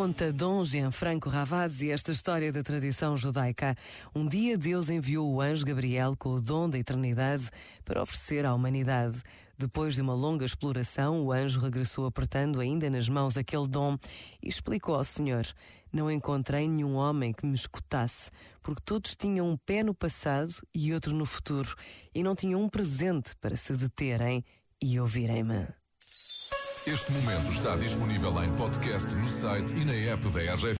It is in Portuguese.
Conta Dom Gianfranco Ravazzi esta história da tradição judaica. Um dia Deus enviou o anjo Gabriel com o dom da eternidade para oferecer à humanidade. Depois de uma longa exploração, o anjo regressou apertando ainda nas mãos aquele dom e explicou ao Senhor: não encontrei nenhum homem que me escutasse, porque todos tinham um pé no passado e outro no futuro, e não tinham um presente para se deterem e ouvirem-me. Este momento está disponível em podcast no site e na app da RGF.